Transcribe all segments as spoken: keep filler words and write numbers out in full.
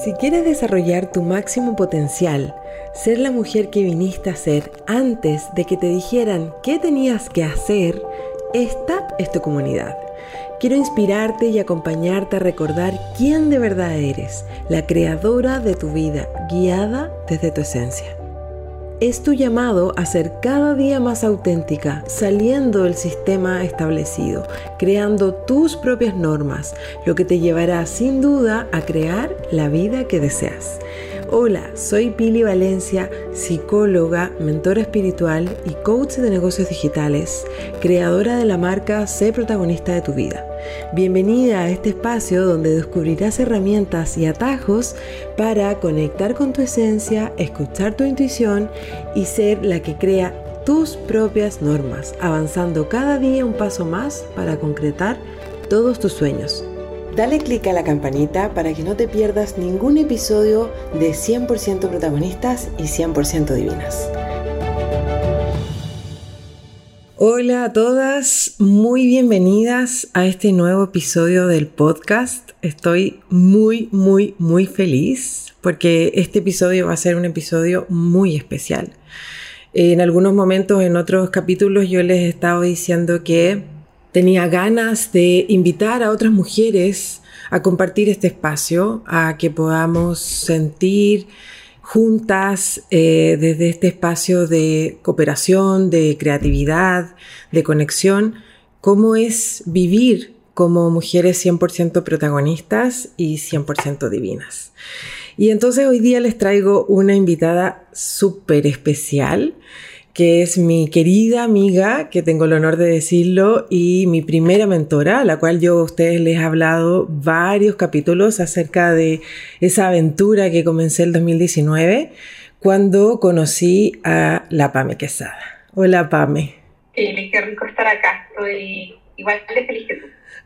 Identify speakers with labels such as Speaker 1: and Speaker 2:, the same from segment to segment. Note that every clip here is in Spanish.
Speaker 1: Si quieres desarrollar tu máximo potencial, ser la mujer que viniste a ser antes de que te dijeran qué tenías que hacer, esta es tu comunidad. Quiero inspirarte y acompañarte a recordar quién de verdad eres, la creadora de tu vida, guiada desde tu esencia. Es tu llamado a ser cada día más auténtica, saliendo del sistema establecido, creando tus propias normas, lo que te llevará sin duda a crear la vida que deseas. Hola, soy Pili Valencia, psicóloga, mentora espiritual y coach de negocios digitales, creadora de la marca Sé Protagonista de tu Vida. Bienvenida a este espacio donde descubrirás herramientas y atajos para conectar con tu esencia, escuchar tu intuición y ser la que crea tus propias normas, avanzando cada día un paso más para concretar todos tus sueños. Dale click a la campanita para que no te pierdas ningún episodio de cien por ciento protagonistas y cien por ciento divinas. Hola a todas, muy bienvenidas a este nuevo episodio del podcast. Estoy muy, muy, muy feliz porque este episodio va a ser un episodio muy especial. En algunos momentos, en otros capítulos, yo les he estado diciendo que tenía ganas de invitar a otras mujeres a compartir este espacio, a que podamos sentir juntas eh, desde este espacio de cooperación, de creatividad, de conexión, cómo es vivir como mujeres cien por ciento protagonistas y cien por ciento divinas. Y entonces hoy día les traigo una invitada súper especial, que es mi querida amiga, que tengo el honor de decirlo, y mi primera mentora, a la cual yo a ustedes les he hablado varios capítulos acerca de esa aventura que comencé el dos mil diecinueve, cuando conocí a la Pame Quesada. Hola, Pame.
Speaker 2: Sí, qué rico estar acá, estoy igual de feliz que tú.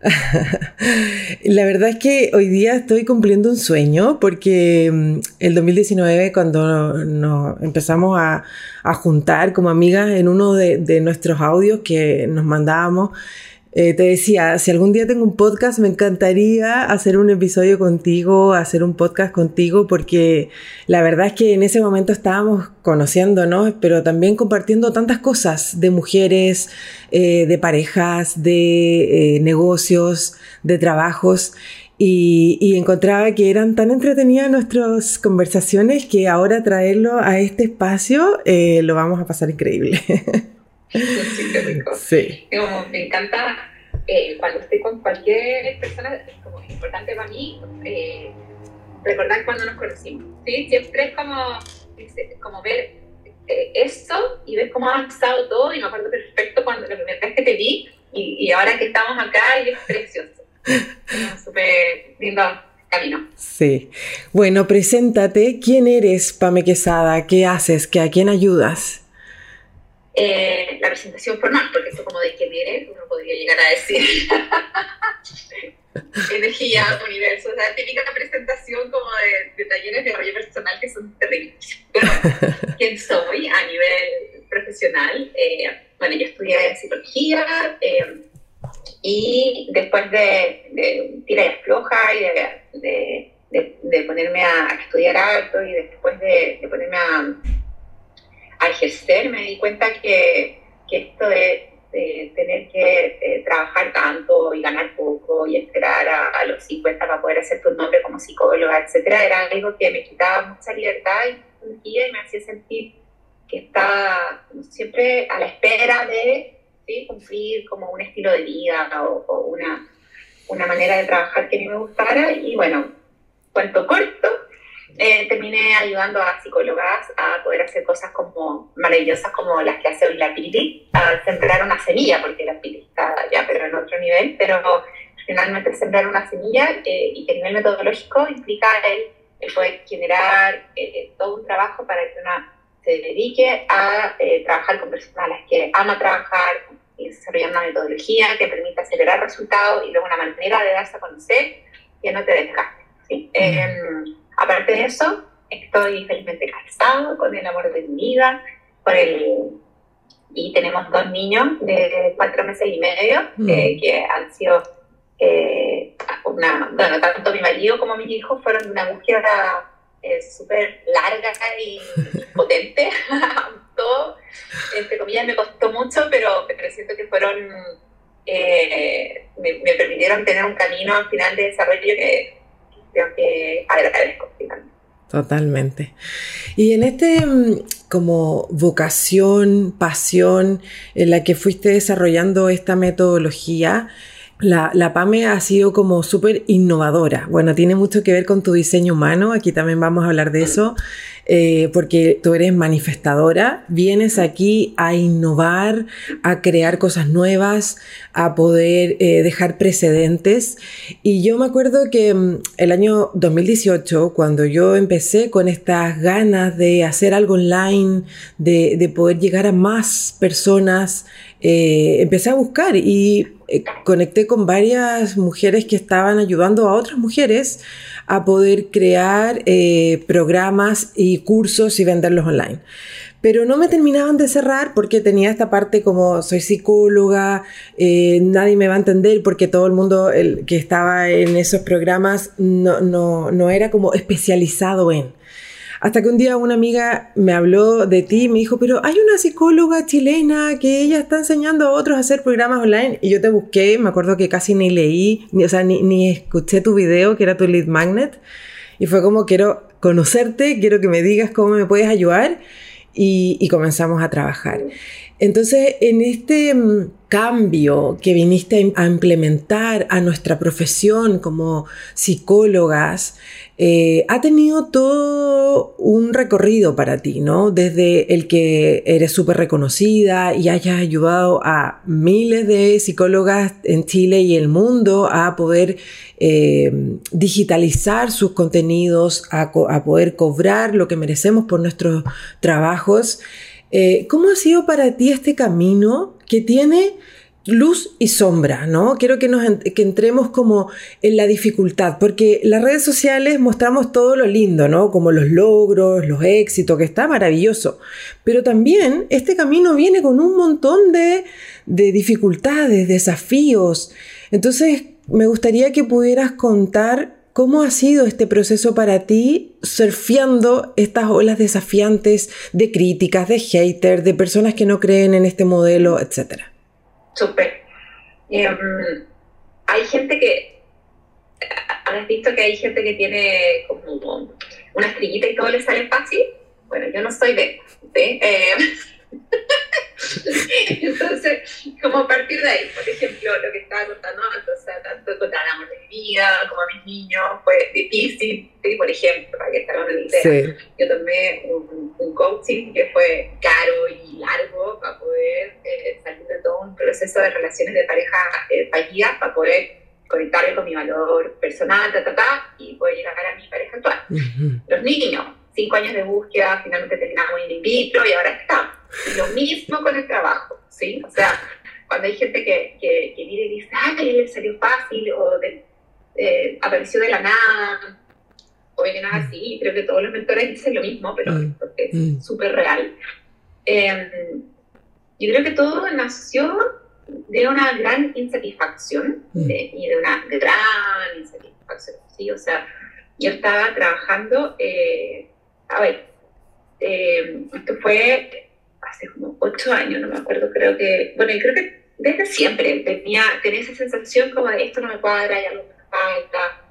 Speaker 1: La verdad es que hoy día estoy cumpliendo un sueño porque el dos mil diecinueve, cuando nos empezamos a, a juntar como amigas en uno de, de nuestros audios que nos mandábamos, eh, te decía, si algún día tengo un podcast me encantaría hacer un episodio contigo, hacer un podcast contigo, porque la verdad es que en ese momento estábamos conociéndonos, pero también compartiendo tantas cosas de mujeres, eh, de parejas, de eh, negocios, de trabajos, y, y encontraba que eran tan entretenidas nuestras conversaciones que ahora traerlo a este espacio eh, lo vamos a pasar increíble.
Speaker 2: Sí, qué rico.
Speaker 1: Sí.
Speaker 2: Como me encanta eh, cuando estoy con cualquier persona, es como importante para mí eh, recordar cuando nos conocimos, ¿sí? Siempre es como, es, como ver eh, esto y ver cómo ha avanzado todo, y me acuerdo perfecto cuando la primera vez que te vi y, y ahora que estamos acá y es precioso. Es súper lindo camino.
Speaker 1: Sí. Bueno, preséntate. ¿Quién eres, Pame Quesada? ¿Qué haces? ¿Qué, ¿A quién ayudas?
Speaker 2: Eh, la presentación formal, porque esto como de quién eres, uno podría llegar a decir energía, universo, o sea, típica presentación como de, de talleres de desarrollo personal que son terribles. Pero bueno, ¿quién soy a nivel profesional? Eh, bueno, yo estudié psicología eh, y después de, de tira y afloja y de, de, de, de ponerme a, a estudiar alto y después de, de ponerme a a ejercer, me di cuenta que, que esto de, de tener que eh, trabajar tanto y ganar poco y esperar a, a los cincuenta para poder hacer tu nombre como psicóloga, etcétera, era algo que me quitaba mucha libertad y energía y me hacía sentir que estaba siempre a la espera de, ¿sí?, cumplir como un estilo de vida o, o una, una manera de trabajar que a mí me gustara. Y bueno, cuento corto, Eh, terminé ayudando a psicólogas a poder hacer cosas como maravillosas como las que hace la Pili, a sembrar una semilla, porque la Pili está ya pero en otro nivel, pero finalmente sembrar una semilla eh, y que a nivel metodológico implica el, el poder generar eh, todo un trabajo para que una se dedique a eh, trabajar con personas a las que ama trabajar y desarrollar una metodología que permita acelerar resultados y luego una manera de darse a conocer que no te desgaste, ¿sí? Mm. Eh, Aparte de eso, estoy felizmente casado con el amor de mi vida, por el, y tenemos dos niños de cuatro meses y medio, mm. eh, que han sido eh, una, bueno, tanto mi marido marido como mis hijos fueron de una búsqueda eh, súper larga y potente. Todo, entre comillas, me costó mucho, pero, pero siento que fueron, eh, me, me permitieron tener un camino al final de desarrollo que creo que agradezco finalmente.
Speaker 1: Totalmente. Y en este como vocación, pasión en la que fuiste desarrollando esta metodología, la, la PAME ha sido como súper innovadora. Bueno, tiene mucho que ver con tu diseño humano, aquí también vamos a hablar de eso, eh, porque tú eres manifestadora, vienes aquí a innovar, a crear cosas nuevas, a poder eh, dejar precedentes. Y yo me acuerdo que um, el año dos mil dieciocho, cuando yo empecé con estas ganas de hacer algo online, de, de poder llegar a más personas, eh, empecé a buscar y eh, conecté con varias mujeres que estaban ayudando a otras mujeres a poder crear eh, programas y cursos y venderlos online. Pero no me terminaban de cerrar porque tenía esta parte como soy psicóloga, eh, nadie me va a entender porque todo el mundo el que estaba en esos programas no, no, no era como especializado en. Hasta que un día una amiga me habló de ti y me dijo, pero hay una psicóloga chilena que ella está enseñando a otros a hacer programas online. Y yo te busqué, me acuerdo que casi ni leí, ni, o sea, ni, ni escuché tu video, que era tu lead magnet. Y fue como, quiero conocerte, quiero que me digas cómo me puedes ayudar. Y, y comenzamos a trabajar. Entonces, en este um, cambio que viniste a implementar a nuestra profesión como psicólogas, eh, ha tenido todo un recorrido para ti, ¿no? Desde el que eres súper reconocida y hayas ayudado a miles de psicólogas en Chile y el mundo a poder eh, digitalizar sus contenidos, a, co- a poder cobrar lo que merecemos por nuestros trabajos. Eh, ¿Cómo ha sido para ti este camino que tiene luz y sombra, ¿no? Quiero que, nos, que entremos como en la dificultad, porque las redes sociales mostramos todo lo lindo, ¿no? Como los logros, los éxitos, que está maravilloso. Pero también este camino viene con un montón de, de dificultades, desafíos. Entonces, me gustaría que pudieras contar ¿cómo ha sido este proceso para ti surfeando estas olas desafiantes de críticas, de haters, de personas que no creen en este modelo, etcétera?
Speaker 2: Súper. Eh, hay gente que, ¿has visto que hay gente que tiene como una estrellita y todo le sale fácil? Bueno, yo no soy de... ¿sí? Eh, entonces, como partir de ahí, por ejemplo, lo que estaba contando antes, o sea, tanto con el amor de mi vida como a mis niños, fue difícil, ¿sí? Por ejemplo, para que se hagan una idea. Sí. Yo tomé un, un coaching que fue caro y largo para poder eh, salir de todo un proceso de relaciones de pareja eh, fallidas, para poder conectarme con mi valor personal, ta, ta, ta, y poder llegar a mi pareja actual. Uh-huh. Los niños, cinco años de búsqueda, finalmente terminamos en in vitro y ahora estamos. Y lo mismo con el trabajo, ¿sí? O sea, cuando hay gente que, que, que viene y dice, ah, que le salió fácil, o de, eh, apareció de la nada, o que nada así, creo que todos los mentores dicen lo mismo, pero mm. porque es mm. súper real. Eh, yo creo que todo nació de una gran insatisfacción, mm. de, y de una gran insatisfacción, ¿sí? O sea, yo estaba trabajando, eh, a ver, eh, esto fue hace como ocho años, no me acuerdo, creo que, bueno, y creo que desde siempre tenía, tenía esa sensación como de esto no me cuadra, hay algo que me falta,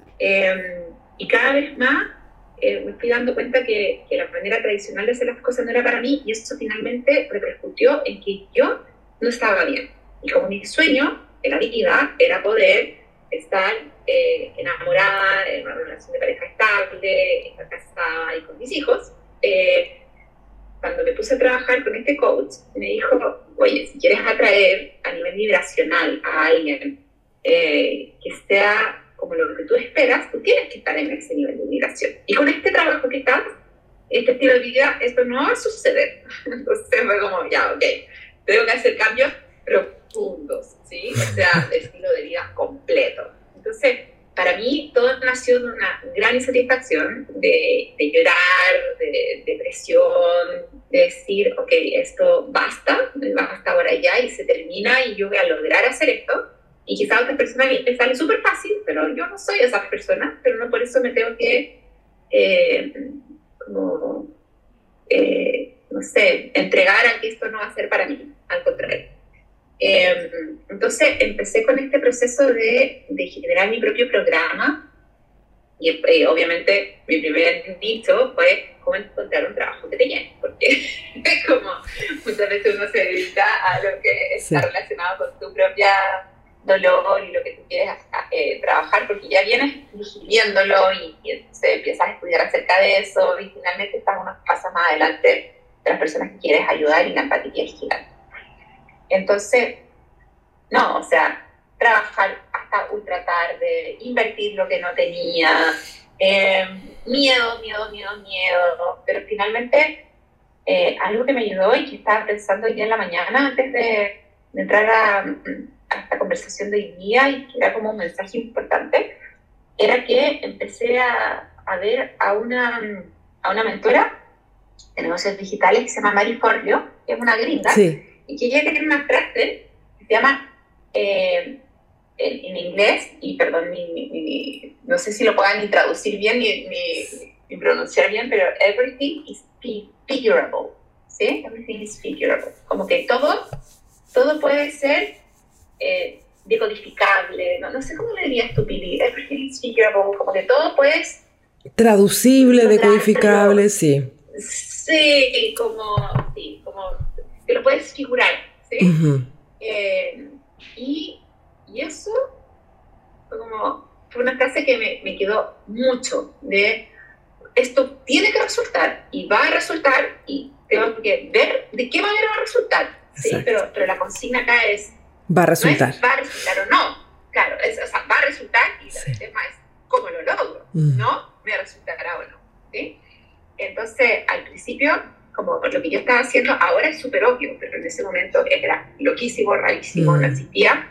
Speaker 2: eh, y cada vez más eh, me fui dando cuenta que, que la manera tradicional de hacer las cosas no era para mí, y eso finalmente repercutió en que yo no estaba bien, y como mi sueño en la vida era poder estar eh, enamorada, en una relación de pareja estable, estar casada y con mis hijos, eh, cuando me puse a trabajar con este coach, me dijo, oye, si quieres atraer a nivel vibracional a alguien eh, que sea como lo que tú esperas, tú tienes que estar en ese nivel de vibración. Y con este trabajo que estás, este estilo de vida, esto no va a suceder. Entonces fue como, ya, ok, tengo que hacer cambios profundos, ¿sí? O sea, de estilo de vida completo. Entonces, para mí, todo nació de una gran insatisfacción, de, de llorar, de depresión, de decir, ok, esto basta, basta ahora ya y se termina y yo voy a lograr hacer esto. Y quizá a otras personas les sale súper fácil, pero yo no soy esa persona, pero no por eso me tengo que, eh, como, eh, no sé, entregar a que esto no va a ser para mí, al contrario. Eh, entonces empecé con este proceso de, de generar mi propio programa, y eh, obviamente mi primer nicho fue cómo encontrar un trabajo que te llene, porque como muchas veces uno se dedica a lo que está sí. relacionado con tu propia dolor y lo que tú quieres eh, trabajar, porque ya vienes viviéndolo y, y entonces empiezas a estudiar acerca de eso y finalmente estás unos pasos más adelante de las personas que quieres ayudar y la empatía es gigante. Entonces, no, o sea, trabajar hasta ultra tarde, invertir lo que no tenía, eh, miedo, miedo, miedo, miedo, pero finalmente eh, algo que me ayudó y que estaba pensando hoy día en la mañana antes de, de entrar a, a esta conversación de hoy día y que era como un mensaje importante, era que empecé a, a ver a una, a una mentora de negocios digitales que se llama Mari Forleo, que es una gringa, sí. y que ella tiene una frase que se llama... Eh, En, en inglés, y perdón, ni, ni, ni, no sé si lo puedan ni traducir bien ni, ni, ni pronunciar bien, pero everything is figurable, ¿sí? Everything is figurable. Como que todo, todo puede ser eh, decodificable, no, no sé cómo le dirías tú, Pili, everything is figurable, como que todo puede...
Speaker 1: Traducible, decodificable, sí.
Speaker 2: Sí, como, sí, como que lo puedes figurar, ¿sí? Uh-huh. Eh, y Y eso fue como, fue una frase que me, me quedó mucho, de esto tiene que resultar, y va a resultar, y tengo que ver de qué manera va a resultar, ¿sí? Pero, pero la consigna acá es...
Speaker 1: Va a resultar.
Speaker 2: No es va a resultar o no, claro, es, o sea, va a resultar, y sí. el tema es cómo lo logro, mm. ¿no? Me resultará o no, ¿sí? Entonces, al principio, como lo que yo estaba haciendo ahora es súper obvio, pero en ese momento era loquísimo, rarísimo, mm. no existía.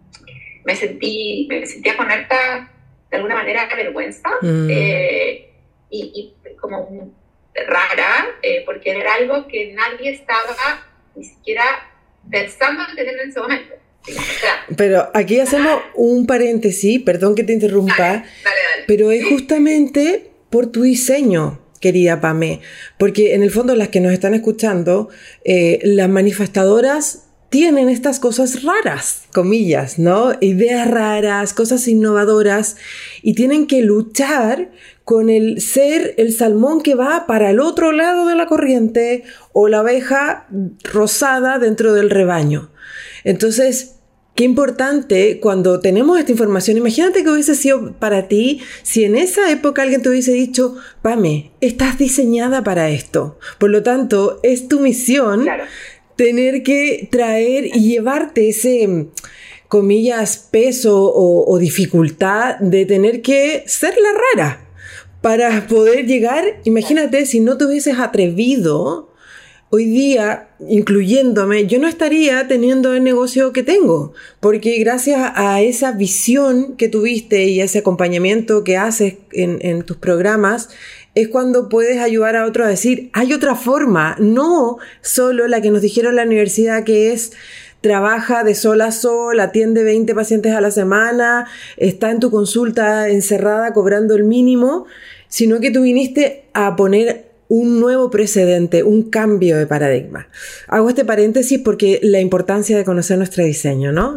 Speaker 2: Me sentí, me sentía con harta, de alguna manera, vergüenza mm. eh, y, y como rara, eh, porque era algo que nadie estaba ni siquiera pensando en tener en ese momento. ¿Sí? O sea,
Speaker 1: pero aquí hacemos ah, un paréntesis, perdón que te interrumpa,
Speaker 2: dale, dale, dale.
Speaker 1: pero es justamente por tu diseño, querida Pame, porque en el fondo las que nos están escuchando, eh, las manifestadoras tienen estas cosas raras, comillas, ¿no? Ideas raras, cosas innovadoras, y tienen que luchar con el ser el salmón que va para el otro lado de la corriente o la oveja rosada dentro del rebaño. Entonces, qué importante cuando tenemos esta información. Imagínate que hubiese sido para ti si en esa época alguien te hubiese dicho, Pame, estás diseñada para esto. Por lo tanto, es tu misión... Claro. Tener que traer y llevarte ese, comillas, peso o, o dificultad de tener que ser la rara para poder llegar. Imagínate, si no te hubieses atrevido, hoy día, incluyéndome, yo no estaría teniendo el negocio que tengo, porque gracias a esa visión que tuviste y ese acompañamiento que haces en, en tus programas, es cuando puedes ayudar a otro a decir, hay otra forma, no solo la que nos dijeron en la universidad, que es trabaja de sol a sol, atiende veinte pacientes a la semana, está en tu consulta encerrada cobrando el mínimo, sino que tú viniste a poner un nuevo precedente, un cambio de paradigma. Hago este paréntesis porque la importancia de conocer nuestro diseño, ¿no?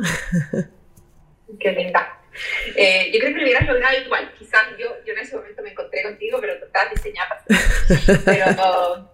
Speaker 2: Qué linda. Eh, yo creo que lo hubieras logrado igual. Quizás yo, yo en ese momento me encontré contigo, pero tú estabas diseñada para Pero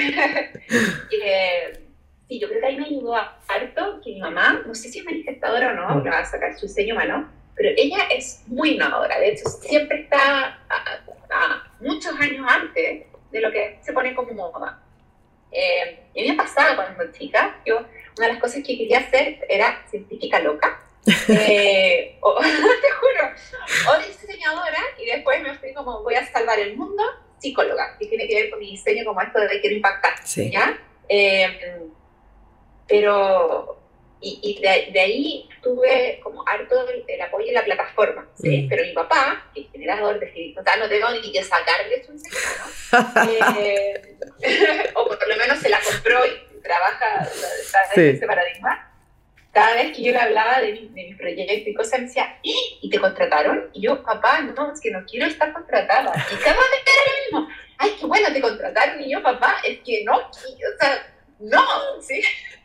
Speaker 2: eh, sí, yo creo que ahí me ayudó harto que mi mamá, no sé si es manifestadora o no, le va a sacar su diseño humano, pero ella es muy innovadora. De hecho, siempre está a, a muchos años antes de lo que se pone como moda. Eh, y a mí me pasaba cuando chica, yo, una de las cosas que quería hacer era científica loca. eh, o, te juro, o diseñadora, y después me fui como voy a salvar el mundo, psicóloga, que tiene que ver con mi diseño como esto de quiero impactar, sí. ¿Ya? Eh, pero y, y de, de ahí tuve como harto el, el apoyo en la plataforma, ¿sí? Mm. Pero mi papá, que es generador de escribir, o sea, no tengo ni que sacarle su enseñanza, ¿no? eh, o por lo menos se la compró y trabaja, está en sí. ese paradigma. cada vez que yo le hablaba de mi, de mi proyecto y cosas, me decía, ¿y te contrataron? Y yo, papá, no, es que no quiero estar contratada. Y cada vez era lo mismo. Ay, qué bueno, te contrataron. Y yo, papá, es que no, o sea, no, ¿sí?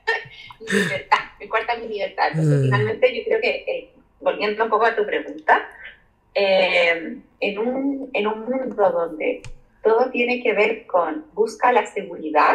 Speaker 2: Mi libertad, me corta mi libertad. Entonces, mm. finalmente, yo creo que, eh, volviendo un poco a tu pregunta, eh, en, un, en un mundo donde todo tiene que ver con busca la seguridad,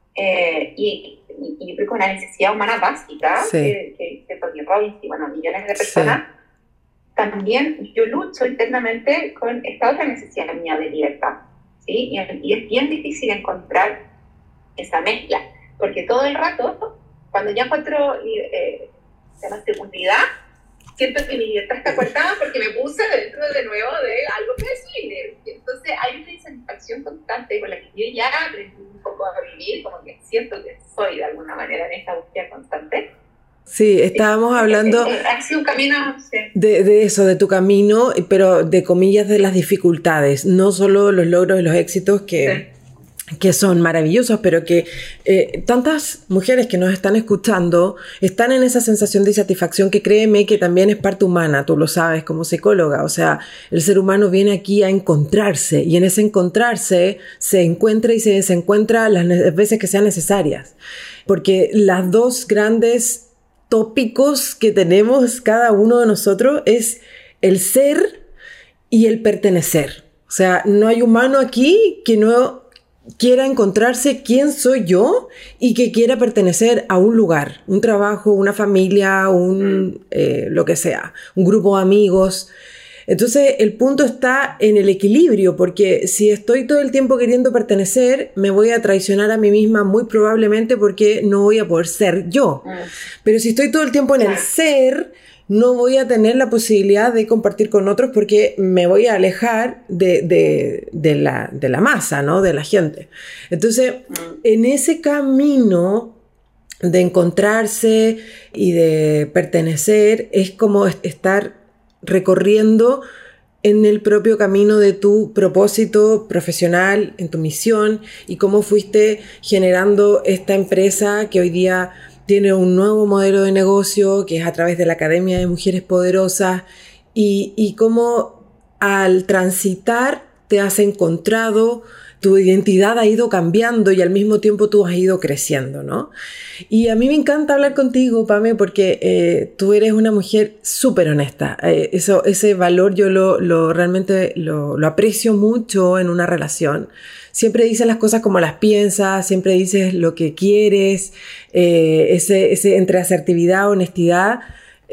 Speaker 2: Eh, y, y, y yo creo que una necesidad humana básica sí. que, que dice Tony Robbins y bueno, millones de personas, sí. también yo lucho internamente con esta otra necesidad mía de libertad, ¿sí? Y, y es bien difícil encontrar esa mezcla, porque todo el rato, cuando ya encuentro eh, la seguridad, siento que mi libertad está cortada porque me puse dentro de nuevo de algo que es libre. Entonces hay una insatisfacción constante con la que yo ya aprendí un poco a vivir, como que siento que soy de alguna manera en esta búsqueda constante.
Speaker 1: Sí, estábamos hablando
Speaker 2: eh, eh, ha sido un camino, sí.
Speaker 1: de, de eso, de tu camino, pero de comillas de las dificultades, no solo los logros y los éxitos que... Sí. que son maravillosos, pero que eh, tantas mujeres que nos están escuchando están en esa sensación de insatisfacción que créeme que también es parte humana, tú lo sabes como psicóloga, o sea, el ser humano viene aquí a encontrarse y en ese encontrarse se encuentra y se desencuentra las veces que sean necesarias, porque las dos grandes tópicos que tenemos cada uno de nosotros es el ser y el pertenecer, o sea, no hay humano aquí que no quiera encontrarse quién soy yo y que quiera pertenecer a un lugar, un trabajo, una familia, un eh, lo que sea, un grupo de amigos. Entonces el punto está en el equilibrio, porque si estoy todo el tiempo queriendo pertenecer, me voy a traicionar a mí misma muy probablemente porque no voy a poder ser yo. Pero si estoy todo el tiempo en el ser, no voy a tener la posibilidad de compartir con otros porque me voy a alejar de, de, de, la, de la masa, ¿no? De la gente. Entonces, en ese camino de encontrarse y de pertenecer, es como estar recorriendo en el propio camino de tu propósito profesional, en tu misión, y cómo fuiste generando esta empresa que hoy día tiene un nuevo modelo de negocio que es a través de la Academia de Mujeres Poderosas y, y cómo al transitar te has encontrado, tu identidad ha ido cambiando y al mismo tiempo tú has ido creciendo, ¿no? Y a mí me encanta hablar contigo, Pame, porque eh, tú eres una mujer súper honesta. Eh, eso, ese valor yo lo, lo realmente lo, lo aprecio mucho en una relación. Siempre dices las cosas como las piensas, siempre dices lo que quieres, eh, ese, ese entre asertividad, honestidad,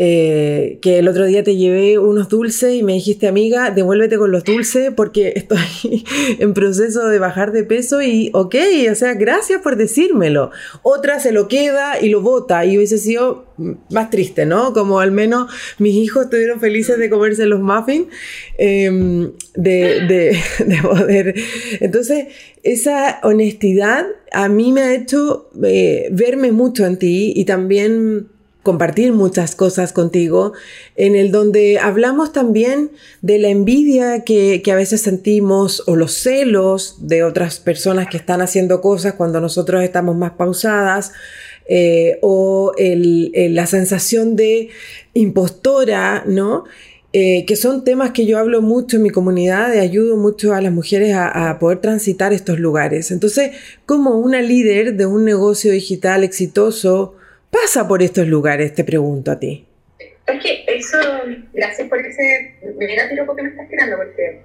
Speaker 1: eh, que el otro día te llevé unos dulces y me dijiste, amiga, devuélvete con los dulces porque estoy en proceso de bajar de peso y ok, o sea, gracias por decírmelo. Otra se lo queda y lo bota y hubiese sido más triste, ¿no? Como al menos mis hijos estuvieron felices de comerse los muffins, eh, de, de, de poder. Entonces, esa honestidad a mí me ha hecho eh, verme mucho en ti y también compartir muchas cosas contigo, en el donde hablamos también de la envidia que, que a veces sentimos o los celos de otras personas que están haciendo cosas cuando nosotros estamos más pausadas, eh, o el, el, la sensación de impostora, ¿no? Eh, que son temas que yo hablo mucho en mi comunidad y ayudo mucho a las mujeres a, a poder transitar estos lugares. Entonces, como una líder de un negocio digital exitoso, pasa por estos lugares, te pregunto a ti.
Speaker 2: Es que eso, gracias por ese mega piropo que me estás tirando, porque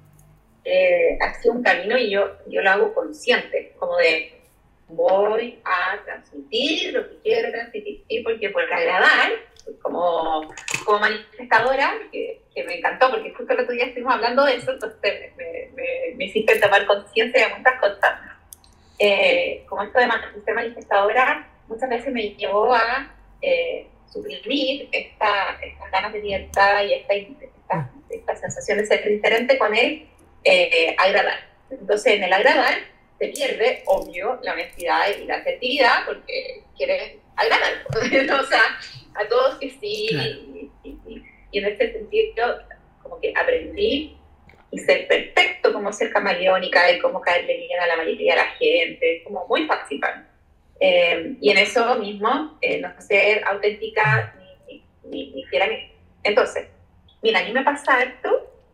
Speaker 2: eh, ha sido un camino y yo, yo lo hago consciente, como de voy a transmitir lo que quiero transmitir, porque por agradar, como, como manifestadora, que, que me encantó, porque justo el otro día estuvimos hablando de eso, entonces me, me, me hiciste tomar conciencia de muchas cosas. Eh, como esto de ser manifestadora, muchas veces me llevó a eh, suprimir esta, estas ganas de libertad y esta, esta, esta sensación de ser diferente con el eh, agradar. Entonces, en el agradar se pierde, obvio, la honestidad y la asertividad porque quieres agradar. O sea, a todos que sí. Claro. Y, y, y, y en este sentido, como que aprendí y ser perfecto, como ser camaleónica y cómo caerle bien a la mayoría de la gente, como muy fácil para mí. Eh, y en eso mismo, eh, no ser auténtica ni, ni, ni fiera. Ni... Entonces, mira, a mí me pasa esto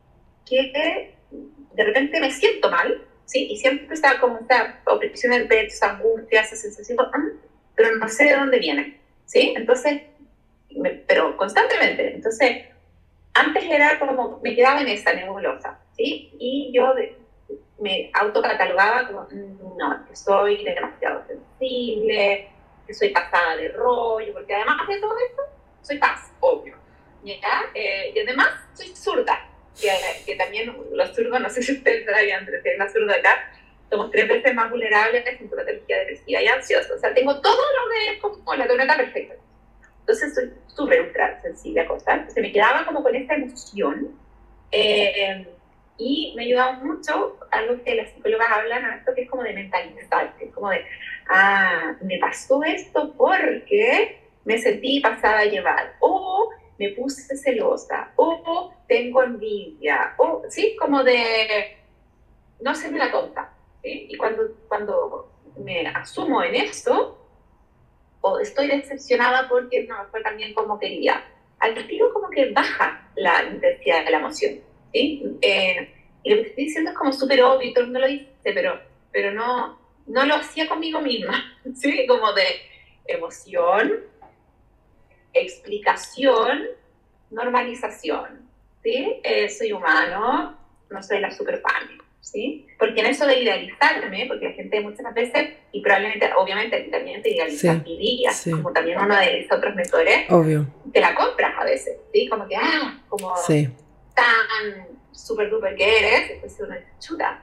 Speaker 2: que de repente me siento mal, ¿sí? Y siempre está como esta opresión del pecho, esa angustia, esa sensación, pero no sé de dónde viene, ¿sí? Entonces, me, pero constantemente. Entonces, antes era como, me quedaba en esa nebulosa, ¿sí? Y yo de, me autocatalogaba como, no, que soy demasiado sensible, que soy pasada de rollo, porque además de todo esto, soy paz, obvio. ¿Ya? Eh, y además, soy zurda, que, que también los zurdos, no sé si ustedes sabían, pero si hay una zurda acá, somos tres veces más vulnerables a sintomatología depresiva y ansiosa. O sea, tengo todo lo que es como la tormenta perfecta. Entonces, soy súper ultra sensible a cosas. Entonces, me quedaba como con esta emoción. Eh, y me ayudaba mucho algo que las psicólogas hablan, a esto que es como de mentalizar, que es como de, ah, me pasó esto porque me sentí pasada a llevar, o me puse celosa, o tengo envidia, o, ¿sí? Como de, no se me la tonta, ¿sí? Y cuando, cuando me asumo en esto, o estoy decepcionada porque no me fue tan bien como quería, al tiro como que baja la intensidad de la emoción, ¿sí? Eh, y lo que estoy diciendo es como súper obvio, todo el mundo lo dice, pero, pero no, no lo hacía conmigo misma, ¿sí? Como de emoción, explicación, normalización, ¿sí? Eh, soy humano, no soy la super fan, ¿sí? Porque en eso de idealizarme, porque la gente muchas veces, y probablemente, obviamente, también te idealiza
Speaker 1: sí,
Speaker 2: mi día,
Speaker 1: sí.
Speaker 2: como también uno idealiza otros mentores,
Speaker 1: obvio,
Speaker 2: te la compras a veces, ¿sí? Como que, ah, como
Speaker 1: sí.
Speaker 2: tan super duper que eres, entonces uno dice, chuta,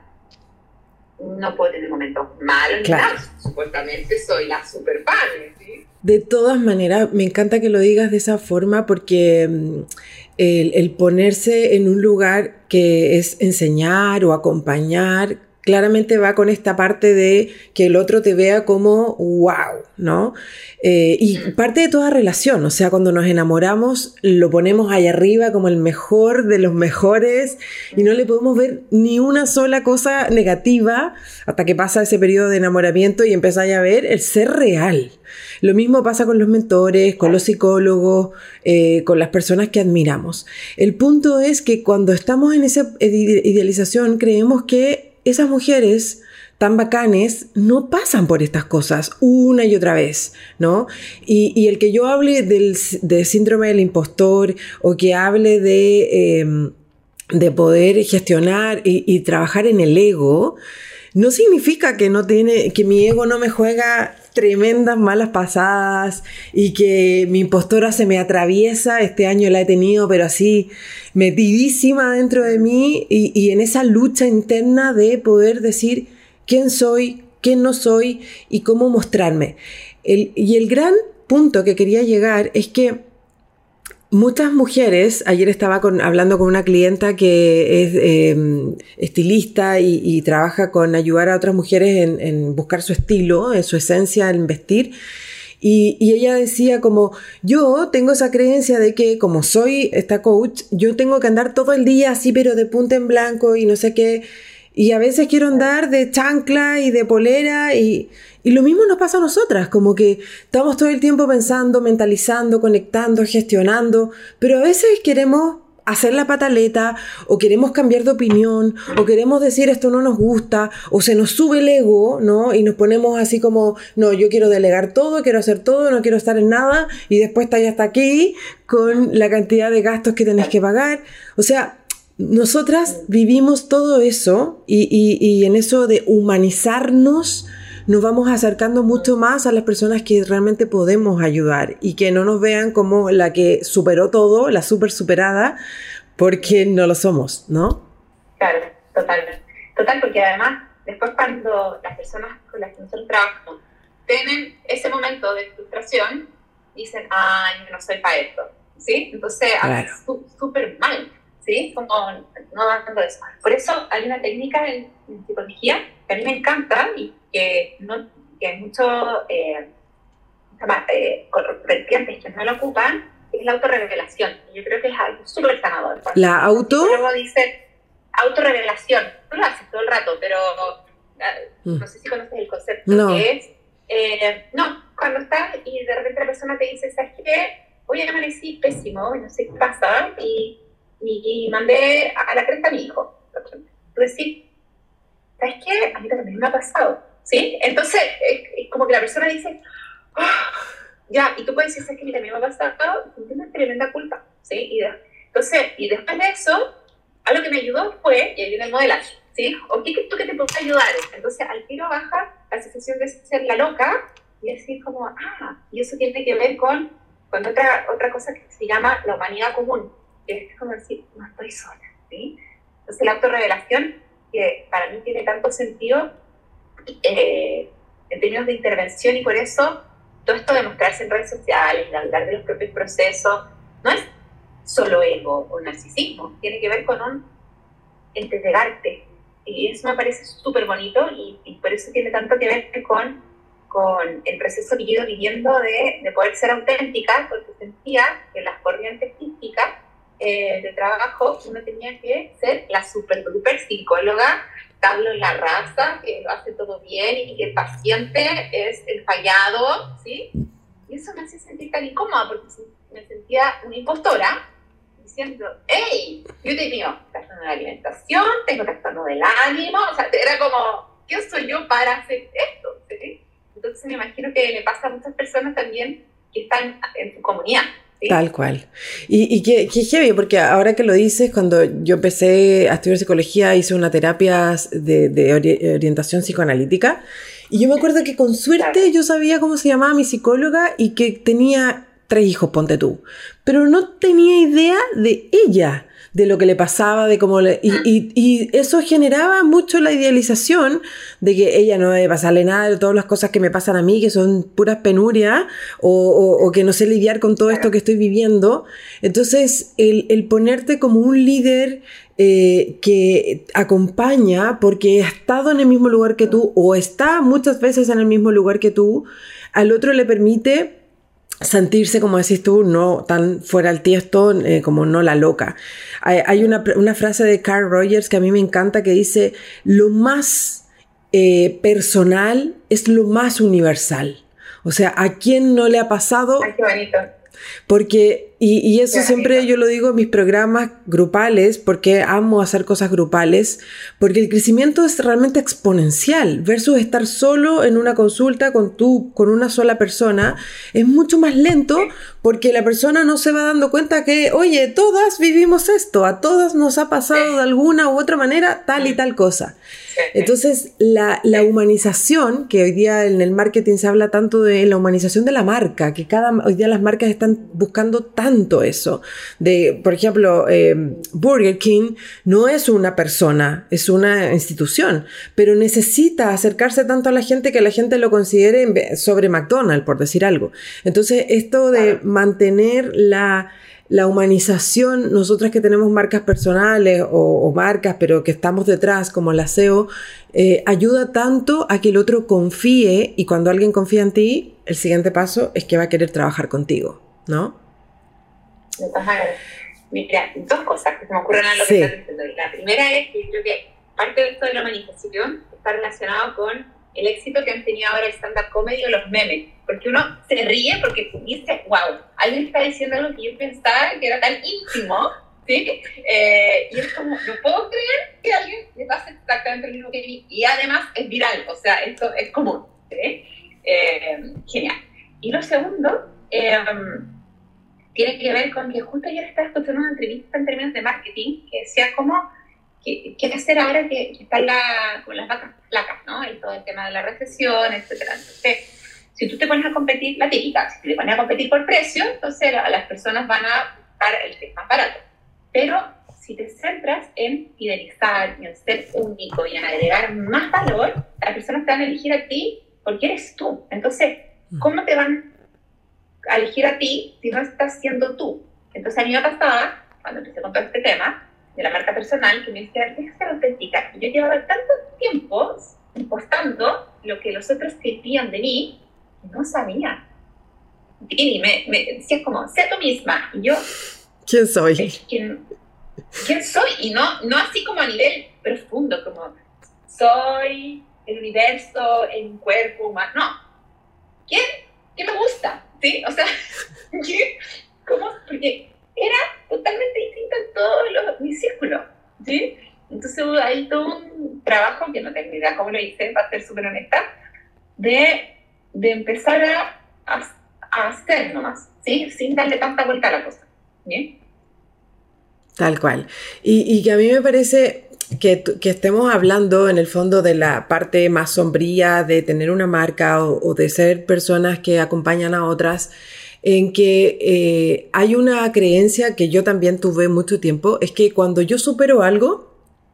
Speaker 2: no puedo tener momentos malos,
Speaker 1: claro.
Speaker 2: ni supuestamente soy la super fan, ¿sí?
Speaker 1: De todas maneras, me encanta que lo digas de esa forma porque um, el, el ponerse en un lugar que es enseñar o acompañar, claramente va con esta parte de que el otro te vea como wow, ¿no? Eh, y parte de toda relación, o sea, cuando nos enamoramos lo ponemos ahí arriba como el mejor de los mejores y no le podemos ver ni una sola cosa negativa hasta que pasa ese periodo de enamoramiento y empezáis a ver el ser real. Lo mismo pasa con los mentores, con los psicólogos, eh, con las personas que admiramos. El punto es que cuando estamos en esa idealización creemos que esas mujeres tan bacanes no pasan por estas cosas una y otra vez, ¿no? Y, y el que yo hable del, del síndrome del impostor o que hable de, eh, de poder gestionar y, y trabajar en el ego, no significa que no tiene, que mi ego no me juega tremendas malas pasadas y que mi impostora se me atraviesa. Este año la he tenido, pero así metidísima dentro de mí y, y en esa lucha interna de poder decir quién soy, quién no soy y cómo mostrarme. El, y el gran punto que quería llegar es que muchas mujeres, ayer estaba con, hablando con una clienta que es eh, estilista y, y trabaja con ayudar a otras mujeres en, en buscar su estilo, en su esencia, en vestir. Y, y ella decía como, yo tengo esa creencia de que como soy esta coach, yo tengo que andar todo el día así, pero de punta en blanco y no sé qué. Y a veces quiero andar de chancla y de polera y, y lo mismo nos pasa a nosotras, como que estamos todo el tiempo pensando, mentalizando, conectando, gestionando, pero a veces queremos hacer la pataleta o queremos cambiar de opinión o queremos decir esto no nos gusta o se nos sube el ego, ¿no? Y nos ponemos así como, no, yo quiero delegar todo, quiero hacer todo, no quiero estar en nada y después estáis hasta aquí con la cantidad de gastos que tenés que pagar. O sea, nosotras vivimos todo eso y, y, y en eso de humanizarnos nos vamos acercando mucho más a las personas que realmente podemos ayudar y que no nos vean como la que superó todo, la super superada, porque no lo somos, ¿no?
Speaker 2: Claro, total. Total, porque además, después cuando las personas con las que nosotros trabajamos tienen ese momento de frustración, dicen, ay, yo no soy para esto, ¿sí? Entonces,
Speaker 1: claro.
Speaker 2: súper mal, ¿sí? Como no dando eso. Por eso hay una técnica en, en psicología que a mí me encanta y que, no, que hay muchos eh, eh, vertientes que no lo ocupan, es la autorrevelación. Yo creo que es algo súper sanador.
Speaker 1: ¿La auto?
Speaker 2: Luego dice autorrevelación. Tú lo haces todo el rato, pero uh, mm. no sé si conoces el concepto,
Speaker 1: no.
Speaker 2: que es Eh, no, cuando estás y de repente la persona te dice, ¿sabes qué? Hoy amanecí pésimo, no sé qué pasa, y, y, y mandé a la cresta a mi hijo. Tú decís, ¿sabes qué? A mí también me ha pasado, ¿sí? Entonces, es, es como que la persona dice, oh, ya, y tú puedes decir, ¿sabes qué? A mí también me ha pasado, y una tremenda culpa, ¿sí? Y de, entonces, y después de eso, algo que me ayudó fue, y ahí viene el modelaje, ¿sí? ¿O qué tú que te puedes ayudar? Entonces, al tiro baja la sensación de ser la loca y decir como, ah, y eso tiene que ver con, con otra, otra cosa que se llama la humanidad común, que es como decir, no estoy sola, ¿sí? Entonces, la autorrevelación, que para mí tiene tanto sentido eh, en términos de intervención, y por eso todo esto de mostrarse en redes sociales, de hablar de los propios procesos, no es solo ego o narcisismo, tiene que ver con un entregarte. Y eso me parece súper bonito y, y por eso tiene tanto que ver con, con el proceso que yo he ido viviendo de, de poder ser auténtica, porque sentía que en las corrientes típicas eh, de trabajo uno tenía que ser la super duper psicóloga, tablo en la raza, que lo hace todo bien y que el paciente es el fallado, ¿sí? Y eso me hace sentir tan incómoda porque me sentía una impostora diciendo, hey, yo he tenido trastorno de la alimentación, tengo trastorno del ánimo, o sea, era como, ¿qué soy yo para hacer esto? ¿Sí? Entonces me imagino que le pasa a muchas personas también que están en su comunidad. ¿Sí?
Speaker 1: Tal cual. Y, y qué, qué heavy, porque ahora que lo dices, cuando yo empecé a estudiar psicología, hice una terapia de, de ori- orientación psicoanalítica, y yo me acuerdo que con suerte yo sabía cómo se llamaba mi psicóloga y que tenía tres hijos, ponte tú, pero no tenía idea de ella, de lo que le pasaba, de cómo le, y, y, y eso generaba mucho la idealización de que ella no debe pasarle nada de todas las cosas que me pasan a mí, que son puras penurias, o, o, o que no sé lidiar con todo esto que estoy viviendo. Entonces, el, el ponerte como un líder eh, que acompaña, porque ha estado en el mismo lugar que tú, o está muchas veces en el mismo lugar que tú, al otro le permite sentirse, como decís tú, no tan fuera del tiesto, eh, como no la loca. Hay, hay una, una frase de Carl Rogers que a mí me encanta que dice, lo más eh, personal es lo más universal. O sea, ¿a quién no le ha pasado?
Speaker 2: Ay, qué bonito.
Speaker 1: Porque, y, y eso siempre yo lo digo en mis programas grupales, porque amo hacer cosas grupales, porque el crecimiento es realmente exponencial, versus estar solo en una consulta con tú, con una sola persona, es mucho más lento, porque la persona no se va dando cuenta que, oye, todas vivimos esto, a todas nos ha pasado de alguna u otra manera tal y tal cosa. Entonces, la, la humanización, que hoy día en el marketing se habla tanto de la humanización de la marca, que cada, hoy día las marcas están buscando tanto eso. De, por ejemplo, eh, Burger King no es una persona, es una institución, pero necesita acercarse tanto a la gente que la gente lo considere sobre McDonald's, por decir algo. Entonces, esto de mantener la... La humanización, nosotras que tenemos marcas personales o, o marcas, pero que estamos detrás, como la S E O, eh, ayuda tanto a que el otro confíe, y cuando alguien confía en ti, el siguiente paso es que va a querer trabajar contigo, ¿no?
Speaker 2: Mira, dos cosas que se me ocurren a lo
Speaker 1: sí.
Speaker 2: que estás diciendo. La primera es que yo creo que parte de esto de la humanización está relacionado con el éxito que han tenido ahora el stand-up comedy o los memes, porque uno se ríe porque dice, wow, alguien está diciendo algo que yo pensaba que era tan íntimo, ¿sí? Eh, y es como, no puedo creer que a alguien le pase exactamente lo mismo que a mí, y además es viral, o sea, esto es común, ¿sí? Eh, genial. Y lo segundo, eh, tiene que ver con que justo ayer estaba escuchando una entrevista en términos de marketing que decía cómo ¿Qué, ¿Qué hacer ahora que están la, con las vacas flacas, ¿no? Y todo el tema de la recesión, etcétera? Entonces, si tú te pones a competir, la típica, si te pones a competir por precio, entonces la, las personas van a buscar el que es más barato. Pero si te centras en fidelizar, y en ser único y en agregar más valor, las personas te van a elegir a ti porque eres tú. Entonces, ¿cómo te van a elegir a ti si no estás siendo tú? Entonces, a mí me pasaba, cuando empecé con todo este tema, de la marca personal, que me decía, deja ser auténtica. Y yo llevaba tanto tiempo impostando lo que los otros querían de mí, que no sabía. Y me, me decía como, sé tú misma. Y yo,
Speaker 1: ¿quién soy?
Speaker 2: ¿Quién, quién soy? Y no, no así como a nivel profundo, como soy el universo en un cuerpo humano. No, ¿qué, qué me gusta? ¿Sí? O sea, ¿qué? ¿Cómo? Porque era totalmente distinto en todos los, mis círculos, ¿sí? Entonces hubo ahí todo un trabajo, que no tengo ni idea cómo lo hice, para ser súper honesta, de, de empezar a, a, a hacer nomás, ¿sí? Sin darle tanta vuelta a la cosa, ¿bien?
Speaker 1: Tal cual. Y, y que a mí me parece que, que estemos hablando en el fondo de la parte más sombría de tener una marca o, o de ser personas que acompañan a otras, en que eh, hay una creencia que yo también tuve mucho tiempo, es que cuando yo supero algo,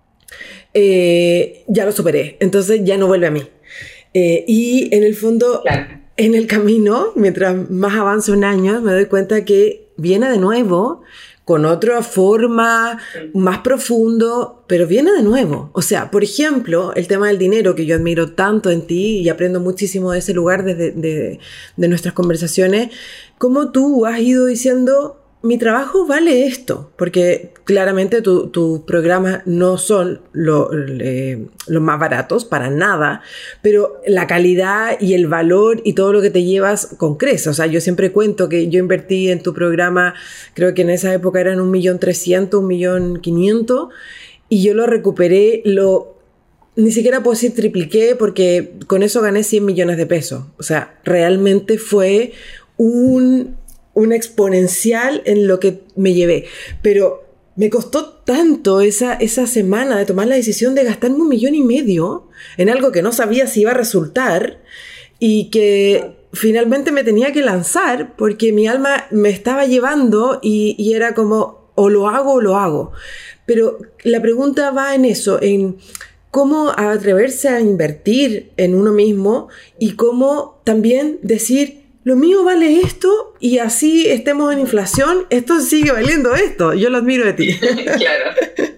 Speaker 1: eh, ya lo superé, entonces ya no vuelve a mí. Eh, y en el fondo, claro, en el camino, mientras más avanzo en años, me doy cuenta que viene de nuevo, con otra forma, más profundo, pero viene de nuevo. O sea, por ejemplo, el tema del dinero, que yo admiro tanto en ti y aprendo muchísimo de ese lugar desde de, de nuestras conversaciones, cómo tú has ido diciendo, mi trabajo vale esto, porque claramente tus tu programas no son lo, eh, los más baratos, para nada, pero la calidad y el valor y todo lo que te llevas con creces. O sea, yo siempre cuento que yo invertí en tu programa, creo que en esa época eran un millón trescientos, un millón quinientos, y yo lo recuperé, lo... Ni siquiera puedo decir tripliqué, porque con eso gané cien millones de pesos. O sea, realmente fue un... una exponencial en lo que me llevé, pero me costó tanto esa, esa semana de tomar la decisión de gastarme un millón y medio en algo que no sabía si iba a resultar y que finalmente me tenía que lanzar porque mi alma me estaba llevando y, y era como o lo hago o lo hago. Pero la pregunta va en eso, en cómo atreverse a invertir en uno mismo y cómo también decir, lo mío vale esto y así estemos en inflación, esto sigue valiendo esto. Yo lo admiro de ti.
Speaker 2: Claro.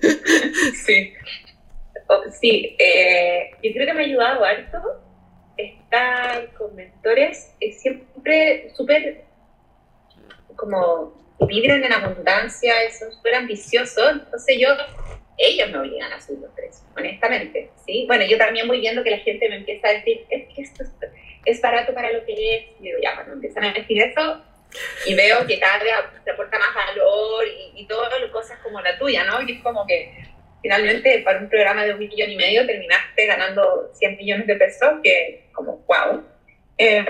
Speaker 2: Sí. Oh, sí, eh, yo creo que me ha ayudado harto estar con mentores eh, siempre súper como vibran en abundancia, son súper ambiciosos. Entonces yo, ellos me obligan a subir los precios, honestamente, ¿sí? Bueno, yo también voy viendo que la gente me empieza a decir, es que esto es... es barato para lo que es, y digo, ya, cuando empiezan a decir eso, y veo que cada vez te aporta más valor, y, y todas cosas como la tuya, ¿no? Que es como que, finalmente, para un programa de un millón y medio, terminaste ganando cien millones de pesos, que, como, wow. Eh,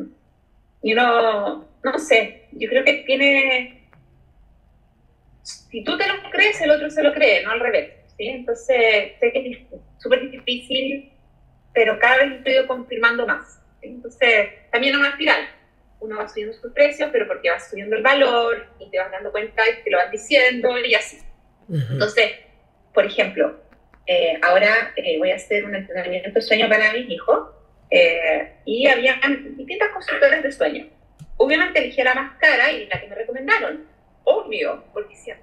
Speaker 2: y uno, no sé, yo creo que tiene, si tú te lo crees, el otro se lo cree, no al revés, ¿sí? Entonces, sé que es súper difícil, pero cada vez estoy confirmando más. Entonces, también es una espiral. Uno va subiendo sus precios, pero porque va subiendo el valor y te vas dando cuenta y te lo van diciendo y así. Uh-huh. Entonces, por ejemplo, eh, ahora eh, voy a hacer un entrenamiento de sueño para mis hijos eh, y había distintas consultoras de sueño. Obviamente elegí la más cara y la que me recomendaron. Obvio, porque si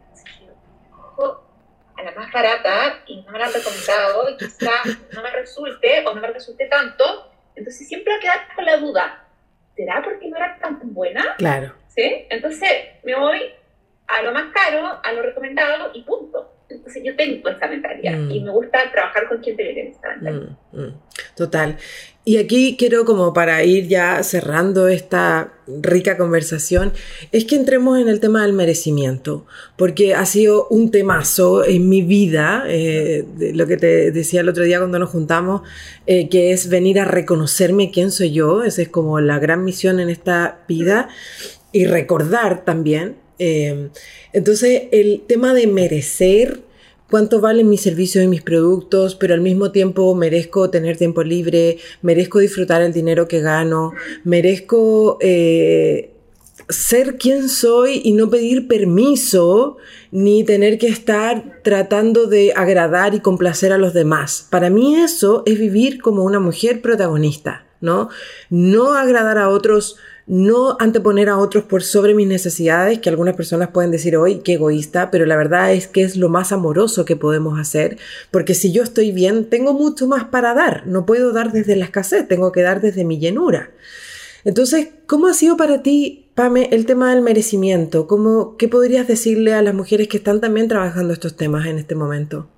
Speaker 2: ojo a la más barata y no me la han recomendado y quizá no me resulte o no me resulte tanto. Entonces siempre va a quedar con la duda, ¿será porque no era tan buena?
Speaker 1: Claro.
Speaker 2: ¿Sí? Entonces me voy a lo más caro, a lo recomendado y punto. Entonces yo tengo esa mentalidad mm. y me gusta trabajar con quien tiene esa mentalidad.
Speaker 1: Mm, mm. Total. Y aquí quiero, como para ir ya cerrando esta rica conversación, es que entremos en el tema del merecimiento, porque ha sido un temazo en mi vida, eh, de lo que te decía el otro día cuando nos juntamos, eh, que es venir a reconocerme quién soy yo. Esa es como la gran misión en esta vida, y recordar también. Eh, entonces, el tema de merecer, cuánto valen mis servicios y mis productos, pero al mismo tiempo merezco tener tiempo libre, merezco disfrutar el dinero que gano, merezco eh, ser quien soy y no pedir permiso, ni tener que estar tratando de agradar y complacer a los demás. Para mí eso es vivir como una mujer protagonista, ¿no? No agradar a otros, no anteponer a otros por sobre mis necesidades, que algunas personas pueden decir hoy, qué egoísta, pero la verdad es que es lo más amoroso que podemos hacer, porque si yo estoy bien, tengo mucho más para dar, no puedo dar desde la escasez, tengo que dar desde mi llenura. Entonces, ¿cómo ha sido para ti, Pame, el tema del merecimiento? ¿Cómo, qué podrías decirle a las mujeres que están también trabajando estos temas en este momento?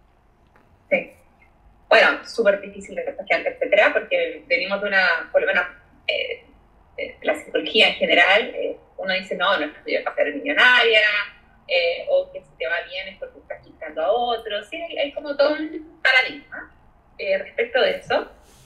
Speaker 2: Sí, bueno, súper difícil de responder, etcétera, porque venimos de una, por lo menos, eh, de la psicología en general, eh, uno dice, no, no estudié para ser millonaria, eh, o que si te va bien es porque estás quitando a otros. Sí, hay, hay como todo un paradigma eh, respecto de eso.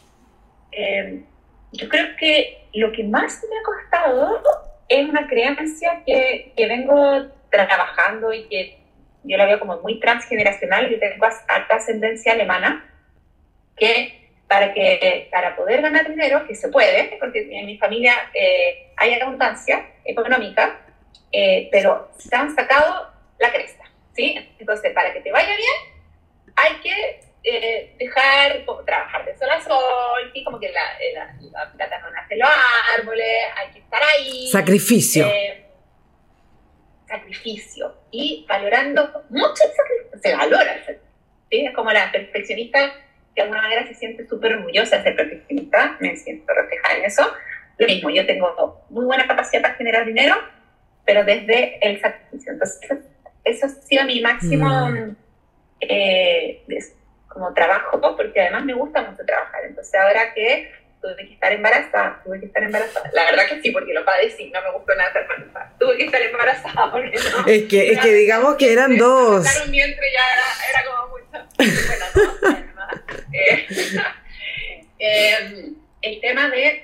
Speaker 2: Eh, yo creo que lo que más me ha costado es una creencia que, que vengo trabajando y que yo la veo como muy transgeneracional. Yo tengo alta ascendencia alemana, que para, que para poder ganar dinero, que se puede, porque en mi familia eh, hay abundancia económica, eh, pero se han sacado la cresta, ¿sí? Entonces, para que te vaya bien, hay que eh, dejar como, trabajar de sol a sol, ¿sí? Como que la, la, la plata no nace en los árboles, hay que estar ahí.
Speaker 1: Sacrificio.
Speaker 2: Eh, sacrificio. Y valorando mucho el sacrificio, se valora el sacrificio, ¿sí? Es como la perfeccionista que de alguna manera se siente súper orgullosa de ser perfeccionista, me siento reflejada en eso. Lo mismo, yo tengo muy buena capacidad para generar dinero, pero desde el sacrificio. Entonces, eso ha sido mi máximo mm. eh, como trabajo, porque además me gusta mucho trabajar. Entonces, ahora que tuve que estar embarazada, tuve que estar embarazada. La verdad que sí, porque lo padecí, no me gustó nada estar embarazada. Tuve que estar embarazada porque no.
Speaker 1: Es que, es que digamos que eran dos.
Speaker 2: Dar un vientre ya era, era como mucho. Bueno, no, además. Eh, eh, el tema de,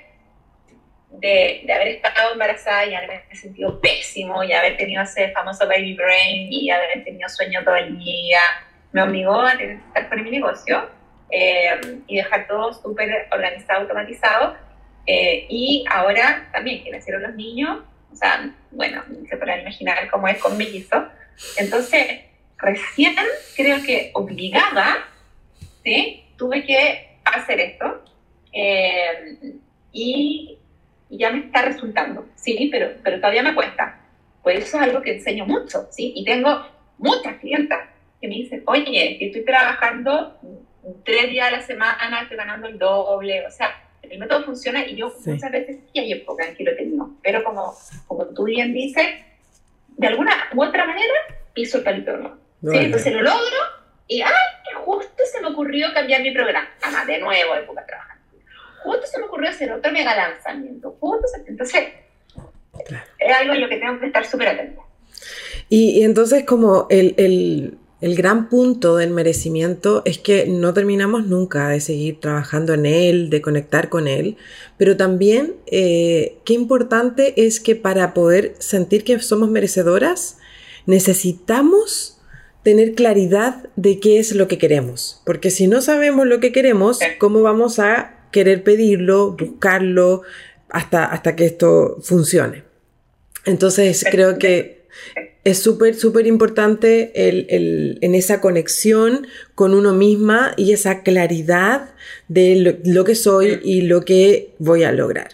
Speaker 2: de, de haber estado embarazada y haberme sentido pésimo y haber tenido ese famoso baby brain y haber tenido sueño todo el día, me obligó a tener que estar con mi negocio. Eh, y dejar todo súper organizado, automatizado, eh, y ahora también que nacieron los niños, o sea, bueno, se podrán imaginar cómo es con mellizos. Entonces, recién creo que obligada, ¿sí? Tuve que hacer esto, eh, y, y ya me está resultando, ¿sí? Pero, pero todavía me cuesta. Pues eso es algo que enseño mucho, ¿sí? Y tengo muchas clientas que me dicen, oye, que estoy trabajando tres días a la semana, estoy ganando el doble, o sea, el método funciona y yo sí. Muchas veces sí hay épocas en que lo he tenido, pero como, como tú bien dices, de alguna u otra manera piso el palito, ¿no? ¿Sí? Entonces lo logro y ¡ay! Justo se me ocurrió cambiar mi programa, de nuevo, época trabajando. Justo se me ocurrió hacer otro mega lanzamiento, justo se... entonces claro. Es algo en lo que tengo que estar súper atenta.
Speaker 1: Y, y entonces como el... el... El gran punto del merecimiento es que no terminamos nunca de seguir trabajando en él, de conectar con él, pero también eh, qué importante es que para poder sentir que somos merecedoras necesitamos tener claridad de qué es lo que queremos, porque si no sabemos lo que queremos, ¿cómo vamos a querer pedirlo, buscarlo, hasta, hasta que esto funcione? Entonces creo que es súper, súper importante el, el, en esa conexión con uno misma y esa claridad de lo, lo que soy y lo que voy a lograr.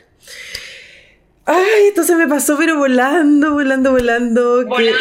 Speaker 1: ¡Ay! Esto se me pasó, pero volando, volando, volando.
Speaker 2: ¡Volando!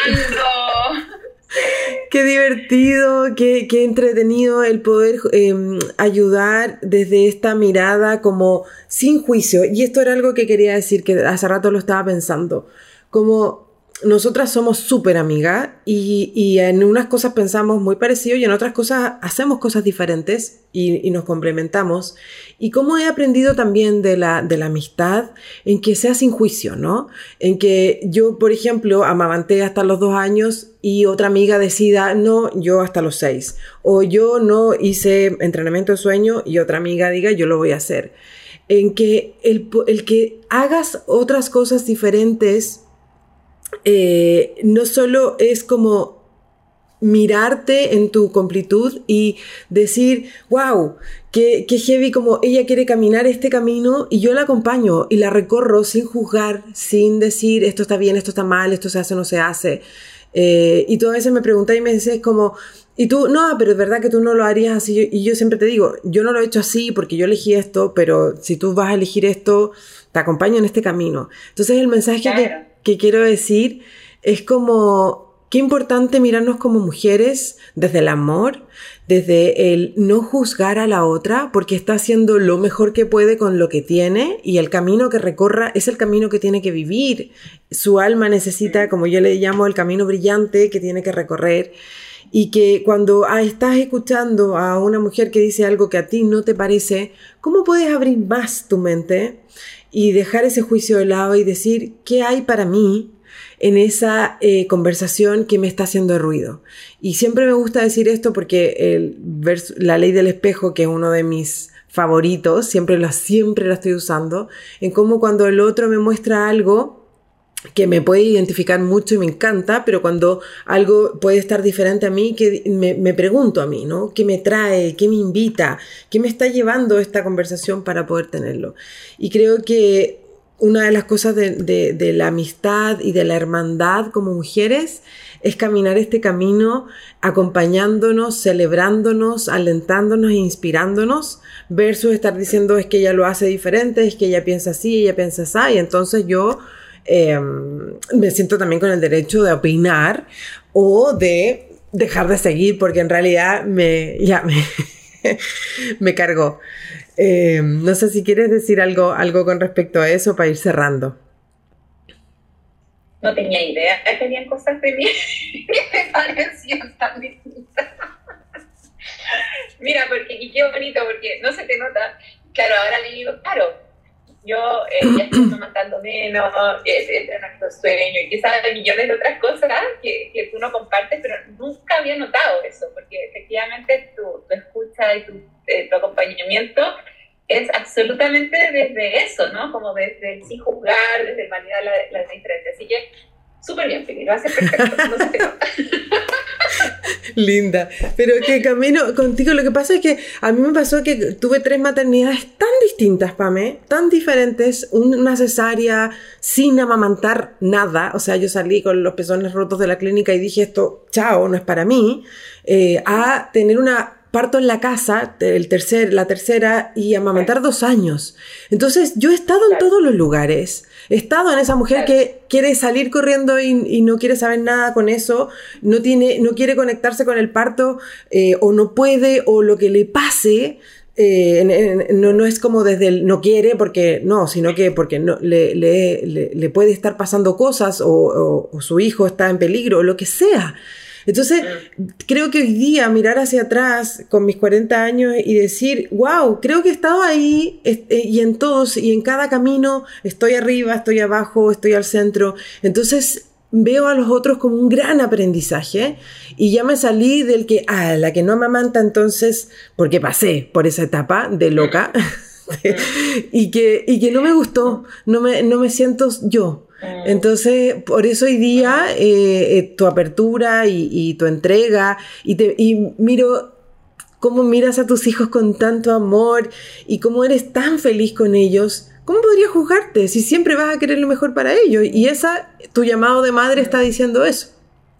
Speaker 1: Qué, qué divertido, qué, qué entretenido el poder eh, ayudar desde esta mirada como sin juicio. Y esto era algo que quería decir, que hace rato lo estaba pensando. Como... nosotras somos súper amigas y, y en unas cosas pensamos muy parecido y en otras cosas hacemos cosas diferentes y, y nos complementamos. Y como he aprendido también de la, de la amistad, en que sea sin juicio, ¿no? En que yo, por ejemplo, amamanté hasta los dos años y otra amiga decida, no, yo hasta los seis. O yo no hice entrenamiento de sueño y otra amiga diga, yo lo voy a hacer. En que el, el que hagas otras cosas diferentes... Eh, no solo es como mirarte en tu completud y decir, wow, qué, qué heavy, como ella quiere caminar este camino y yo la acompaño y la recorro sin juzgar, sin decir esto está bien, esto está mal, esto se hace o no se hace. Eh, y tú a veces me preguntas y me dices como, y tú, no, pero es verdad que tú no lo harías así. Y yo siempre te digo, yo no lo he hecho así porque yo elegí esto, pero si tú vas a elegir esto, te acompaño en este camino. Entonces el mensaje claro. que que quiero decir es como qué importante mirarnos como mujeres desde el amor, desde el no juzgar a la otra porque está haciendo lo mejor que puede con lo que tiene y el camino que recorra es el camino que tiene que vivir. Su alma necesita, como yo le llamo, el camino brillante que tiene que recorrer y que cuando ah, estás escuchando a una mujer que dice algo que a ti no te parece, ¿cómo puedes abrir más tu mente y dejar ese juicio de lado y decir qué hay para mí en esa eh, conversación que me está haciendo ruido? Y siempre me gusta decir esto porque el verso, la ley del espejo, que es uno de mis favoritos, siempre lo, siempre lo estoy usando, en cómo cuando el otro me muestra algo que me puede identificar mucho y me encanta, pero cuando algo puede estar diferente a mí, que me, me pregunto a mí, ¿no? ¿Qué me trae? ¿Qué me invita? ¿Qué me está llevando esta conversación para poder tenerlo? Y creo que una de las cosas de, de, de la amistad y de la hermandad como mujeres es caminar este camino acompañándonos, celebrándonos, alentándonos e inspirándonos, versus estar diciendo es que ella lo hace diferente, es que ella piensa así, ella piensa así, y entonces yo Eh, me siento también con el derecho de opinar o de dejar de seguir porque en realidad me, ya me, me cargó. Eh, no sé si quieres decir algo, algo con respecto a eso para ir cerrando.
Speaker 2: No tenía idea que tenían cosas de mí que me parecían tan distintas. Mira, porque y qué bonito, porque no se te nota. Claro, ahora le digo, claro, yo eh, ya estoy matando menos, entrenando sueño y quizás hay millones de otras cosas que, que tú no compartes, pero nunca había notado eso, porque efectivamente tu, tu escucha y tu, eh, tu acompañamiento es absolutamente desde eso, ¿no? Como desde el sin juzgar, desde el validar la, la diferencia. Así que súper bien, Pili, lo haces perfecto, no se te nota.
Speaker 1: Linda, pero que camino contigo, lo que pasa es que a mí me pasó que tuve tres maternidades tan distintas, Pame, tan diferentes, una cesárea sin amamantar nada, o sea, yo salí con los pezones rotos de la clínica y dije esto, chao, no es para mí, eh, a tener una parto en la casa, el tercer, la tercera, y amamantar dos años. Entonces, yo he estado en todos los lugares. He estado en esa mujer que quiere salir corriendo y, y no quiere saber nada con eso, no tiene, no quiere conectarse con el parto, eh, o no puede, o lo que le pase, eh, en, en, no, no es como desde el no quiere, porque no, sino que porque no, le, le, le, le puede estar pasando cosas, o, o, o su hijo está en peligro, o lo que sea. Entonces, creo que hoy día mirar hacia atrás con mis cuarenta años y decir, wow, creo que he estado ahí este, y en todos y en cada camino estoy arriba, estoy abajo, estoy al centro. Entonces, veo a los otros como un gran aprendizaje y ya me salí del que, ah, la que no amamanta, entonces, porque pasé por esa etapa de loca y, que, y que no me gustó, no me, no me siento yo. Entonces, por eso hoy día eh, eh, tu apertura y, y tu entrega y, te, y miro cómo miras a tus hijos con tanto amor y cómo eres tan feliz con ellos. ¿Cómo podría juzgarte si siempre vas a querer lo mejor para ellos? Y esa, tu llamado de madre está diciendo eso.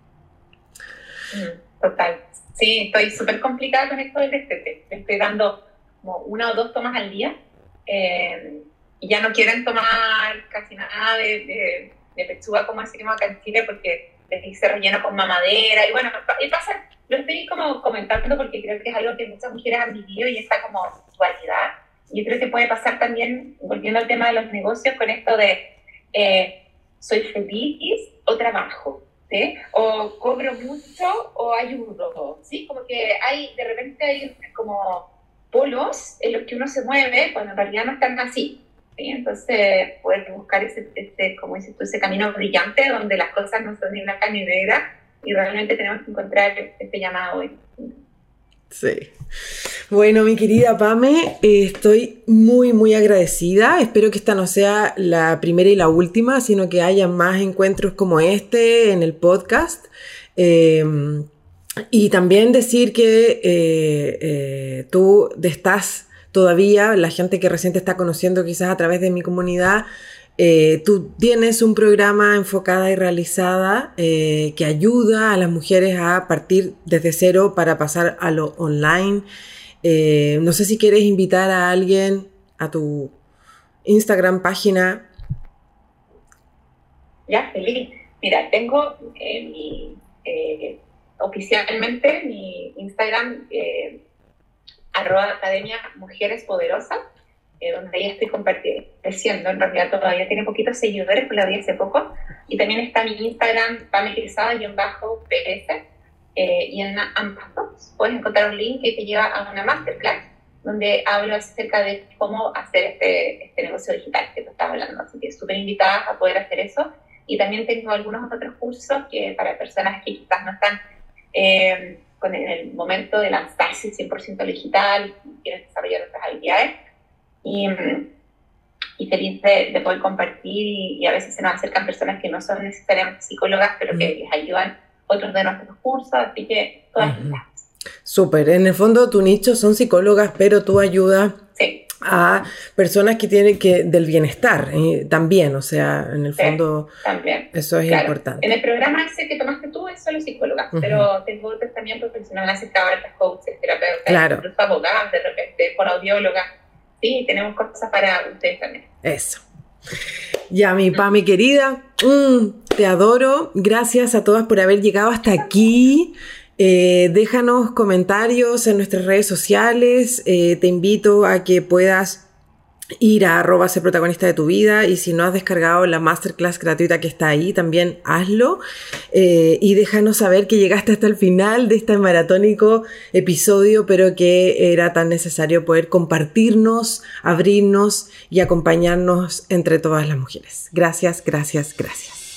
Speaker 2: Total. Sí, estoy súper complicada con esto del destete. Le estoy dando como una o dos tomas al día. Eh, y ya no quieren tomar casi nada de, de, de pechuga como decimos acá en Chile porque les dice relleno con mamadera y bueno, y pasa, lo estoy como comentando porque creo que es algo que muchas mujeres han vivido y esta como dualidad. Yo creo que puede pasar también, volviendo al tema de los negocios, con esto de eh, soy feliz o trabajo, ¿sí? O cobro mucho o ayudo, ¿sí? Como que hay, de repente hay como polos en los que uno se mueve cuando en realidad no están así. ¿Sí? Entonces, poder buscar ese, este, como dices tú, ese camino brillante donde las cosas no son ni blanca ni negra y realmente tenemos que encontrar este llamado hoy.
Speaker 1: Sí. Bueno, mi querida Pame, eh, estoy muy, muy agradecida. Espero que esta no sea la primera y la última, sino que haya más encuentros como este en el podcast. Eh, y también decir que eh, eh, tú estás todavía, la gente que recién te está conociendo quizás a través de mi comunidad, eh, tú tienes un programa enfocada y realizada eh, que ayuda a las mujeres a partir desde cero para pasar a lo online. Eh, no sé si quieres invitar a alguien a tu Instagram, página.
Speaker 2: Ya, feliz. Mira, tengo eh, mi, eh, oficialmente mi Instagram, eh, arroba Academia Mujeres Poderosas, eh, donde ahí estoy compartiendo, creciendo, en realidad todavía tiene poquitos seguidores, pero la abrí hace poco, y también está mi Instagram, pamequisada-ps, Eh, y en ambas dos puedes encontrar un link que te lleva a una masterclass donde hablo acerca de cómo hacer este, este negocio digital que te estaba hablando. Así que súper invitada a poder hacer eso. Y también tengo algunos otros cursos que para personas que quizás no están eh, con el momento de lanzarse cien por ciento digital, quieren desarrollar otras habilidades. Y, y feliz de, de poder compartir. Y, y a veces se nos acercan personas que no son necesariamente psicólogas, pero que les ayudan otros de nuestros cursos. Así que todas uh-huh. las
Speaker 1: Súper, en el fondo tu nicho son psicólogas, pero tú ayudas
Speaker 2: sí.
Speaker 1: a personas que tienen que del bienestar eh, también, o sea, en el
Speaker 2: sí,
Speaker 1: fondo
Speaker 2: también.
Speaker 1: Eso es
Speaker 2: claro.
Speaker 1: importante.
Speaker 2: En el programa ese que tomaste tú es solo psicólogas, uh-huh. pero tengo otros también profesionales, psicólogas, coaches, terapeutas,
Speaker 1: claro.
Speaker 2: incluso abogadas de repente, fonoaudiólogas. Sí, tenemos cosas para ustedes también.
Speaker 1: Eso. Ya, mi Pami querida, mm, te adoro. Gracias a todas por haber llegado hasta aquí. Eh, déjanos comentarios en nuestras redes sociales. Eh, te invito a que puedas ir a arroba ser protagonista de tu vida, y si no has descargado la masterclass gratuita que está ahí, también hazlo, eh, y déjanos saber que llegaste hasta el final de este maratónico episodio, pero que era tan necesario poder compartirnos, abrirnos y acompañarnos entre todas las mujeres. Gracias, gracias, gracias.